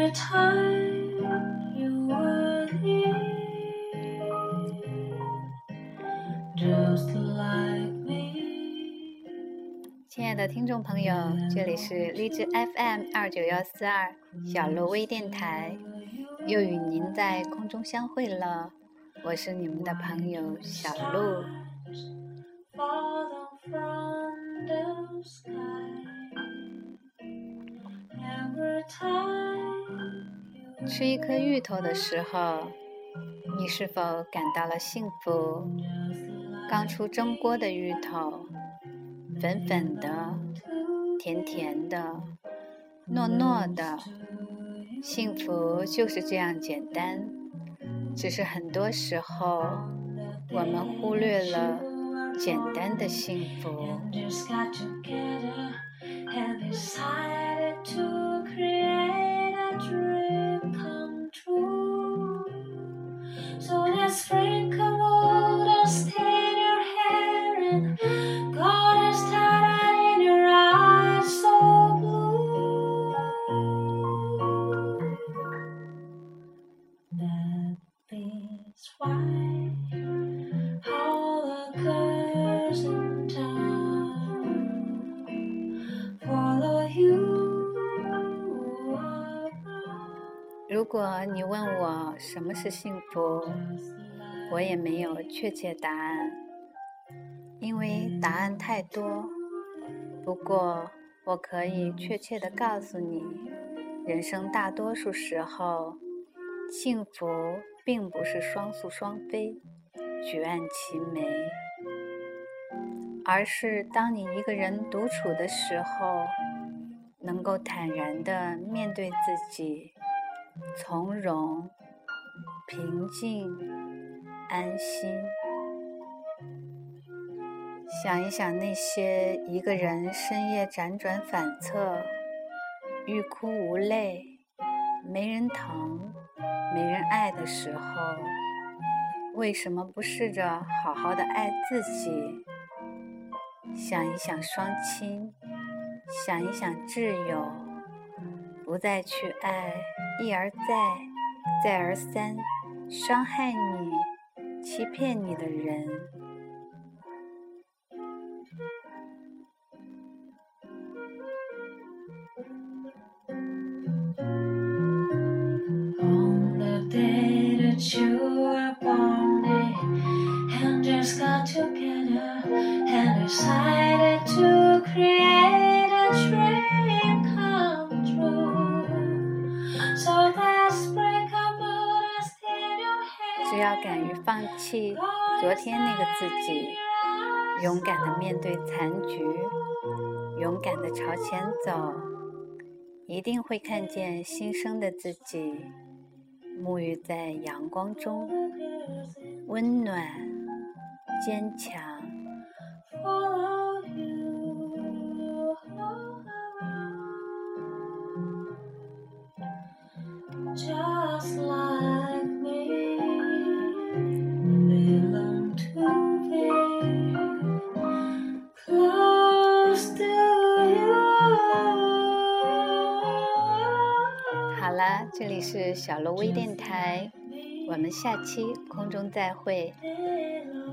Every time you were here, just like me。 亲爱的听众朋友，这里是荔枝 FM29142小鹿微电台，又与您在空中相会了，我是你们的朋友小鹿。吃一颗芋头的时候，你是否感到了幸福？刚出蒸锅的芋头，粉粉的，甜甜的，糯糯的，幸福就是这样简单。只是很多时候，我们忽略了简单的幸福。如果你问我什么是幸福，我也没有确切答案，因为答案太多。不过我可以确切地告诉你，人生大多数时候，幸福并不是双宿双飞，举案齐眉，而是当你一个人独处的时候，能够坦然地面对自己，从容、平静、安心。想一想那些一个人深夜辗转反侧，欲哭无泪，没人疼，没人爱的时候，为什么不试着好好的爱自己？想一想双亲，想一想挚友，不再去爱一而再，再而三伤害你、欺骗你的人。 You were born and just got together and decided to create a dream come true. So let's break a mood and steal your hand. 只要敢于放弃昨天那个自己，勇敢地面对残局，勇敢地朝前走，一定会看见新生的自己，沐浴在阳光中，温暖、坚强。 Just like me, belong to me, close to you. 好了，这里是小鹿微电台，我们下期空中再会。